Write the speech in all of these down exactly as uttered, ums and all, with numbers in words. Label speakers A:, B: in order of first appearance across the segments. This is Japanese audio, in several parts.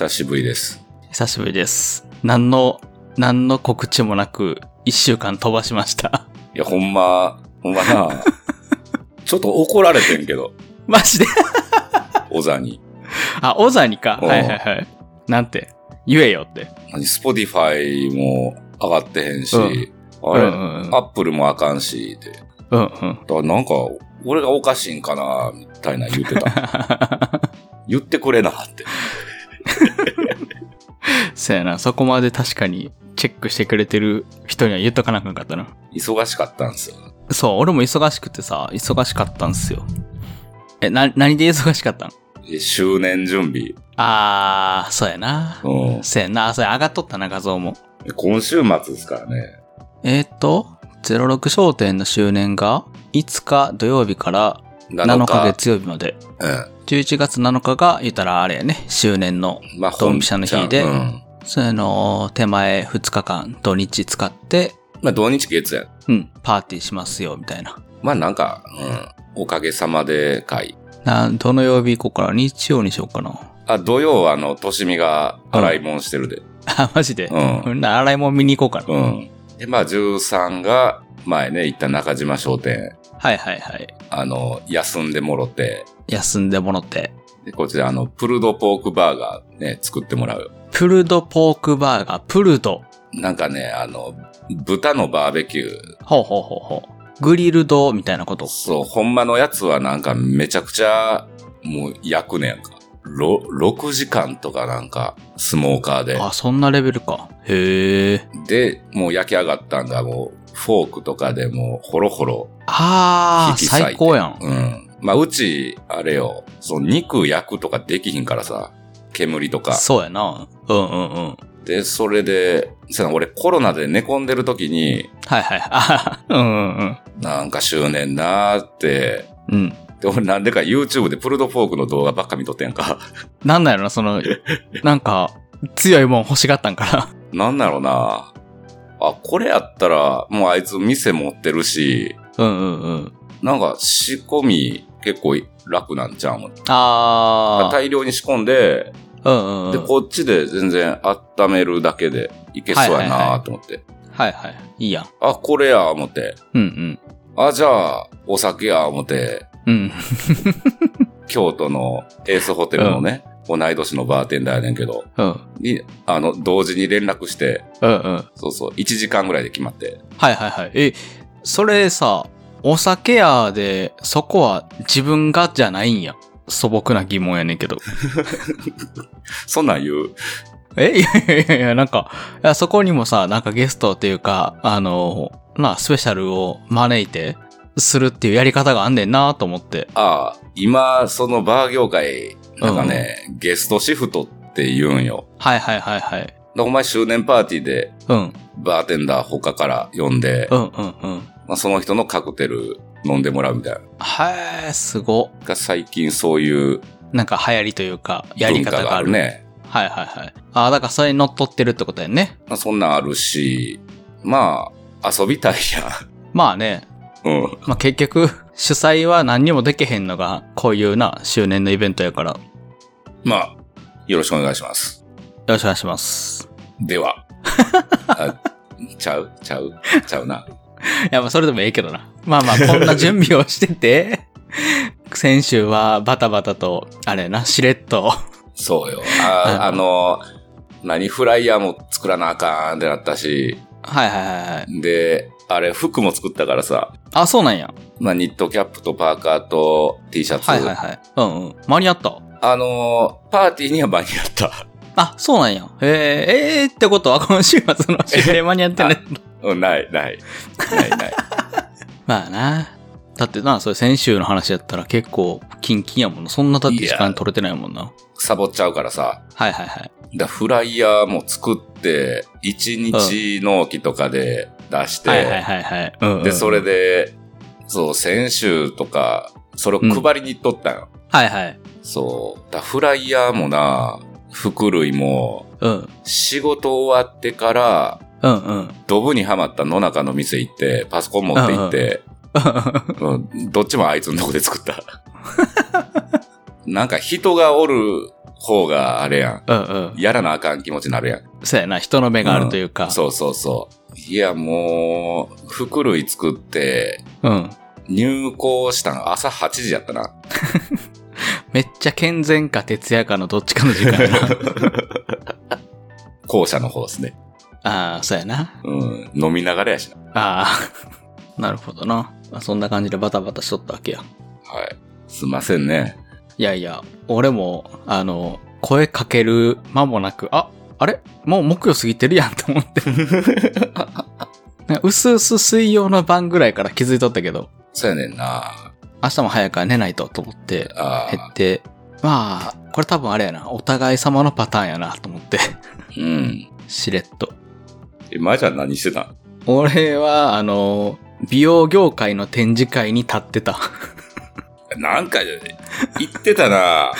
A: 久しぶりです。
B: 久しぶりです。何の、何の告知もなく、一週間飛ばしました。
A: いや、ほんま、ほんまな。ちょっと怒られてんけど。
B: マジで
A: 小沢に。
B: あ、小沢にか。はいはいはい。なんて、言えよって。
A: 何、スポティファイも上がってへんし、うん、あれ、うんうんうん、アップルもあかんし、で。
B: うんうん。
A: だからなんか、俺がおかしいんかな、みたいな言ってた。言ってくれなって。
B: そうやな、そこまで確かにチェックしてくれてる人には言っとかなかったな。
A: 忙しかったんすよ。
B: そう、俺も忙しくてさ、忙しかったんすよ。え、な、何で忙しかったの？
A: え、周年準備。
B: あー、そうやな。
A: うん。
B: そうやな、それ上がっとったな、画像も。
A: 今週末ですからね。
B: えー、っと、ゼロろく商店の周年がいつか土曜日からなのか月曜日まで。
A: うん。
B: じゅういちがつなのかが言ったらあれやね、周年のドンピシャの日で、まあうん、その手前ふつかかん土日使って、
A: まあ土日月や。
B: うん、パーティーしますよみたいな。
A: まあなんか、うん、おかげさまで会。
B: な、どの曜日行こうかな、日曜にしようかな。
A: あ、土曜はあの、としみが洗い物してるで。うん、
B: あ、マジで？
A: うん。
B: な、洗い物見に行こうかな。
A: うん。で、まあじゅうさんが前ね、行った中島商店。
B: はいはいはい。
A: あの、休んでもろて。
B: 休んでもろて。
A: で、こっちであの、プルドポークバーガーね、作ってもらうよ。
B: プルドポークバーガー、プルド。
A: なんかね、あの、豚のバーベキュー。
B: ほうほうほうほう。グリルドみたいなこと。
A: そう、ほんまのやつはなんかめちゃくちゃ、もう焼くねんか。ろ、ろくじかんとかなんか、スモーカーで。
B: あ、そんなレベルか。へえ。
A: で、もう焼き上がったんがもう、フォークとかでもう、ホロホロ。
B: ああ、最高やん。
A: うん。まあ、うち、あれよ、その肉焼くとかできひんからさ、煙とか。
B: そうやな。うんうんうん。
A: で、それで、俺コロナで寝込んでる時に、
B: はいはい。あうんうんうん。
A: なんか執念なーって、
B: うん。
A: で、俺なんでか YouTube でプルドポークの動画ばっか見とってんか。
B: なんなんやろな、その、なんか、強いもん欲しがったんか
A: な。なんだろうな。あ、これやったら、もうあいつ店持ってるし、
B: うんうんうん。
A: なんか仕込み結構楽なんちゃうん。
B: あー。
A: 大量に仕込んで、
B: うんうんうん。
A: で、こっちで全然温めるだけでいけそうやなと思って。
B: はいはい、はいはい。いいやん。
A: あ、これや、思って。
B: うんうん。
A: あ、じゃあ、お酒や、思って。
B: うん。
A: 京都のエースホテルのね、うん、同い年のバーテンダーやねんけど、
B: うん。
A: に、あの、同時に連絡して、
B: うんうん。
A: そうそう、いちじかんぐらいで決まって。
B: はいはいはい。え、それさ、お酒屋で、そこは自分がじゃないんや。素朴な疑問やねんけど。
A: そんなん言う？
B: えいやいやいやいや、なんか、いやそこにもさ、なんかゲストっていうか、あの、まあ、スペシャルを招いて、するっていうやり方があんねんなと思って。
A: ああ、今、そのバー業界、なんかね、うん、ゲストシフトって言うんよ。
B: はいはいはいはい。
A: お前周年パーティーで、
B: うん。
A: バーテンダー他から呼んで、
B: うんうんうん。
A: まあ、その人のカクテル飲んでもらうみたいな。
B: へー、すご。
A: が最近そういう、
B: なんか流行りというか、やり方がある。
A: 文化があるね。
B: はいはいはい。ああ、だからそれに乗っ取ってるってことやね。
A: まあそんなんあるし、まあ、遊びたいやん。
B: まあね。
A: うん。
B: まあ結局、主催は何にもできへんのが、こういうな、周年のイベントやから。
A: まあ、よろしくお願いします。
B: よろしくお願いします。
A: では。あちゃうちゃうちゃうな。
B: いや、まあそれでもええけどな。まあまあ、こんな準備をしてて、先週はバタバタと、あれな、しれっと。
A: そうよ。あ、あの、何フライヤーも作らなあかんってなったし。
B: はいはいはい。
A: で、あれ服も作ったからさ。
B: あ、そうなんや。
A: まあニットキャップとパーカーと T シャツ。
B: はいはいはい。うんうん。間に合った？
A: あの、パーティーには間に合った。
B: あ、そうなんや。へえ、えー、ってことは今週末の終電間に合ってない
A: の？ない、ない。ない、ない。
B: まあな。だってな、それ先週の話やったら結構キンキンやもんな。そんなだって時間取れてないもんな。
A: サボっちゃうからさ。
B: はいはいはい。
A: だフライヤーも作って、いちにち納期とかで出して、
B: はいはいはいはい。うんうん、
A: で、それで、そう、先週とか、それを配りに行っとったよ。
B: うん、はいはい。
A: そう。だフライヤーもな、服類も、
B: うん、
A: 仕事終わってから、
B: うんうん、
A: ドブにはまった野中の店行って、パソコン持って行って、うんうん、どっちもあいつのとこで作った。なんか人がおる方があれやん。
B: うんうん。
A: やらなあかん気持ちになるやん。
B: そうやな、人の目があるというか。
A: うん、そうそうそう。いや、もう、服類作って、
B: うん。
A: 入校したん朝はちじやったな。
B: めっちゃ健全か徹夜かのどっちかの時間やな。
A: 校舎の方ですね。
B: ああ、そうやな。
A: うん。飲みながらやしな。
B: ああ。なるほどな。そんな感じでバタバタしとったわけや。
A: はい。すいませんね。
B: いやいや、俺も、あの、声かける間もなく、あ、あれもう木曜過ぎてるやんと思って。うすうす水曜の晩ぐらいから気づいとったけど。
A: そうやねんな。
B: 明日も早くから寝ないとと思って、減って、まあ、これ多分あれやな、お互い様のパターンやなと思って。
A: うん。
B: しれっと。
A: え、まーちゃん何してたん？
B: 俺は、あの、美容業界の展示会に立ってた。
A: なんか、言ってたな。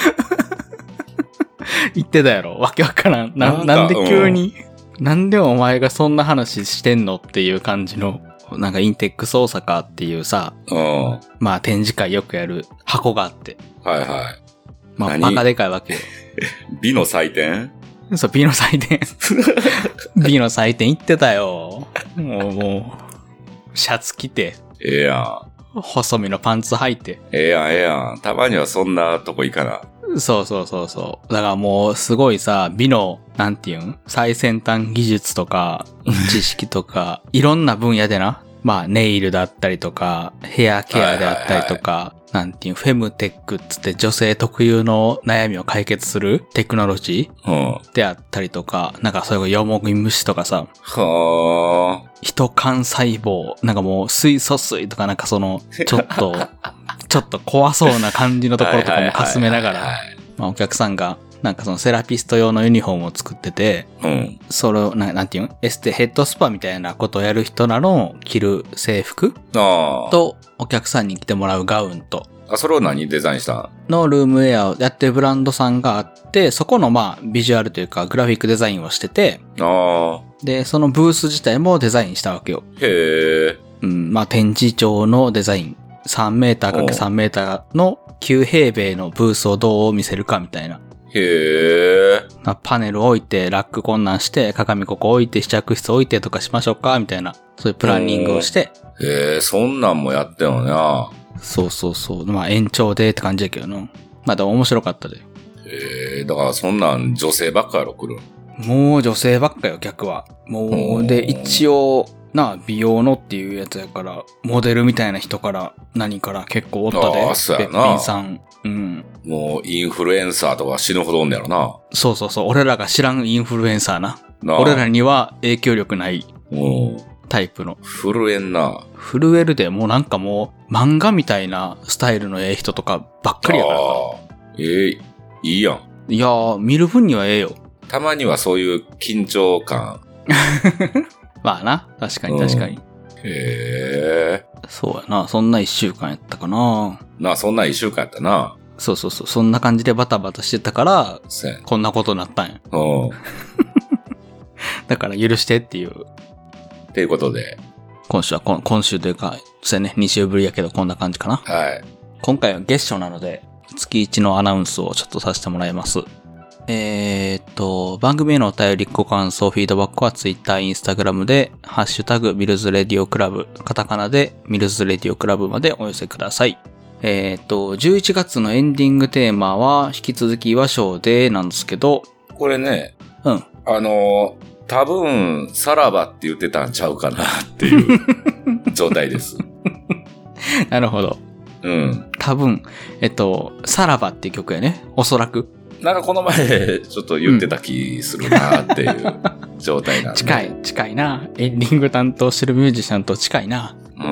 B: 言ってたやろ。わけわからん。な、
A: なん
B: なんで急に、うん、なんでお前がそんな話してんのっていう感じの、なんかインテックス大阪っていうさ、
A: うん。
B: まあ展示会よくやる箱があって。
A: はいはい。
B: まあバカでかいわけよ。
A: 美の祭典？
B: そう、美の祭典。美の祭典行ってたよ。もう、もう、シャツ着て。
A: ええやん。
B: 細身のパンツ履いて。
A: ええやん、ええやん。たまにはそんなとこ行かな。
B: そうそうそうそう。だからもうすごいさ、美の、なんていうん最先端技術とか、知識とか、いろんな分野でな。まあ、ネイルだったりとか、ヘアケアであったりとか、はいはいはい、なんていう、フェムテックっつって女性特有の悩みを解決するテクノロジー、うん、であったりとか、なんかそういうよもぎ虫とかさ、はあ。人幹細胞、なんかもう水素水とかなんかその、ちょっと、ちょっと怖そうな感じのところとかもかすめながら、まあお客さんが、なんかそのセラピスト用のユニフォームを作ってて、うん、それをな、なんていうのエステヘッドスパみたいなことをやる人らの着る制服と、お客さんに着てもらうガウンと。
A: あ、それを何デザインした
B: のルームウェアをやってるブランドさんがあって、そこのまあ、ビジュアルというかグラフィックデザインをしてて、あで、そのブース自体もデザインしたわけよ。
A: へー。
B: うん、まあ、展示場のデザイン。さんメーターかけさんメーターのきゅう平米のブースをどう見せるかみたいな。
A: へー。
B: パネル置いて、ラック困難して、鏡ここ置いて、試着室置いてとかしましょうかみたいな。そういうプランニングをして。
A: へー、そんなんもやってんのな。
B: そうそうそう。まあ延長でって感じやけどな。まあでも面白かったで。
A: へー、だからそんなん女性ばっかやろ、来る。
B: もう女性ばっかよ、客は。もう、で、一応、なあ、美容のっていうやつやから、モデルみたいな人から何から結構おったで。
A: ああ、そうやな。
B: べっぴんさん。うん。
A: もう、インフルエンサーとか死ぬほどおんねやろな。
B: そうそうそう。俺らが知らんインフルエンサーな。な俺らには影響力ないタイプの。
A: 震えんな。
B: 震えるで、もうなんかもう、漫画みたいなスタイルのええ人とかばっかりやからさ。
A: ええー、いいやん。
B: いやー、見る分にはええよ。
A: たまにはそういう緊張感。
B: まあな。確かに確かに。うん、
A: へえ。
B: そうやな。そんな一週間やったかな。
A: なあ、そんな一週間やったな。
B: そうそうそう。そんな感じでバタバタしてたから、こんなことになったんや。うん。だから許してっていう。
A: っていうことで。
B: 今週はこ、今週というか、そうやね。に週ぶりやけどこんな感じかな。
A: はい。
B: 今回は月初なので、月いちのアナウンスをちょっとさせてもらいます。えーっと、番組へのお便り、ご感想、フィードバックは Twitter、Instagram で、ハッシュタグ、ミルズレディオクラブ、カタカナで、ミルズレディオクラブまでお寄せください。えーっと、じゅういちがつのエンディングテーマは、引き続き和尚でなんですけど、
A: これね、
B: うん。
A: あの、多分、さらばって言ってたんちゃうかなっていう状態です。
B: なるほど。
A: うん。
B: 多分、えっと、さらばっていう曲やね。おそらく。
A: なんかこの前、ちょっと言ってた気するなっていう状態なんで、うん。
B: 近い、近いな。エンディング担当してるミュージシャンと近いな。
A: うん。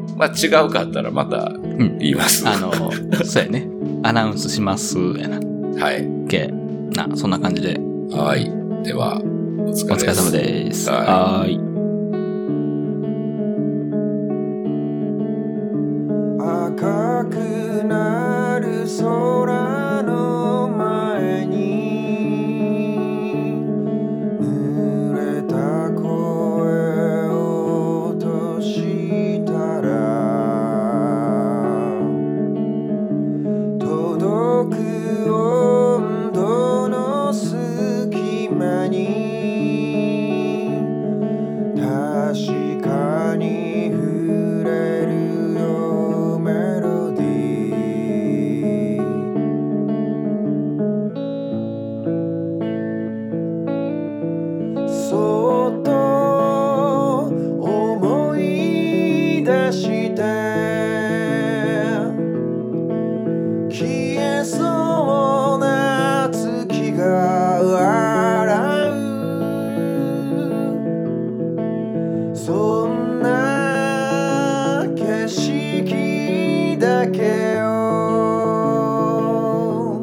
A: まあ違うかったらまた言います。
B: うん、あの、そうやね。アナウンスしますやな。
A: はい。
B: けな、そんな感じで。
A: はい。では、お疲れ様です。
B: お疲れ様です。
A: はい。
B: はい。
C: 赤くなる空の前に濡れた声を落としたら届く温度けを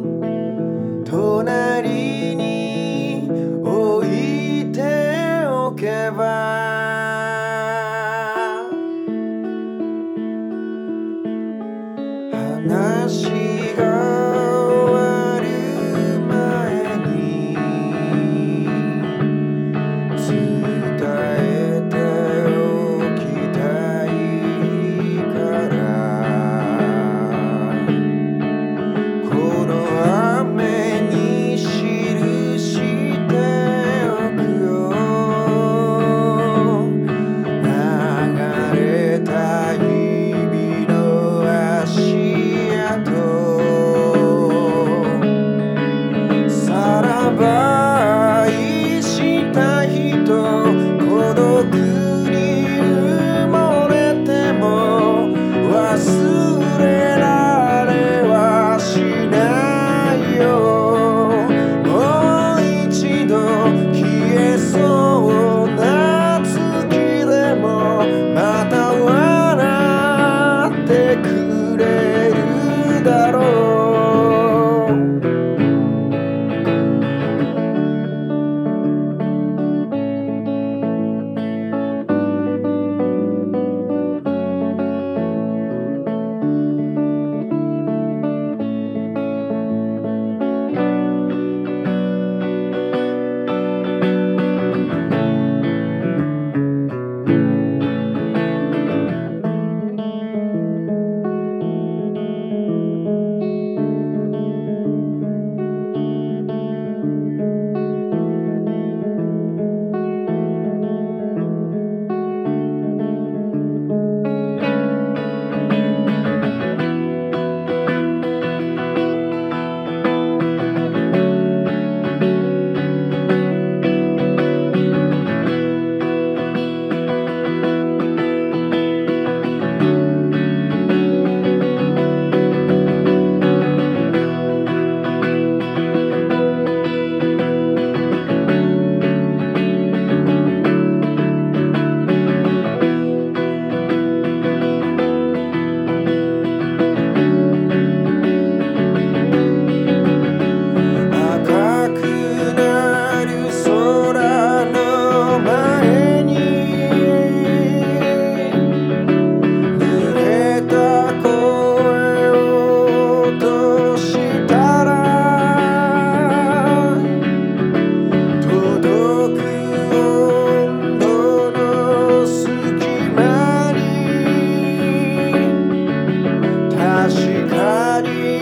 C: 隣に置いておけば話が終わる前に伝えておきたいからこの雨に記しておくよ流れた日々の足跡さらば愛した人孤独に埋もれても忘れられはしないよもう一度消えそうな月でもまた笑ってくれるだろう赤くなる空の前に濡れた声を落としたら届く温度の隙間に確かに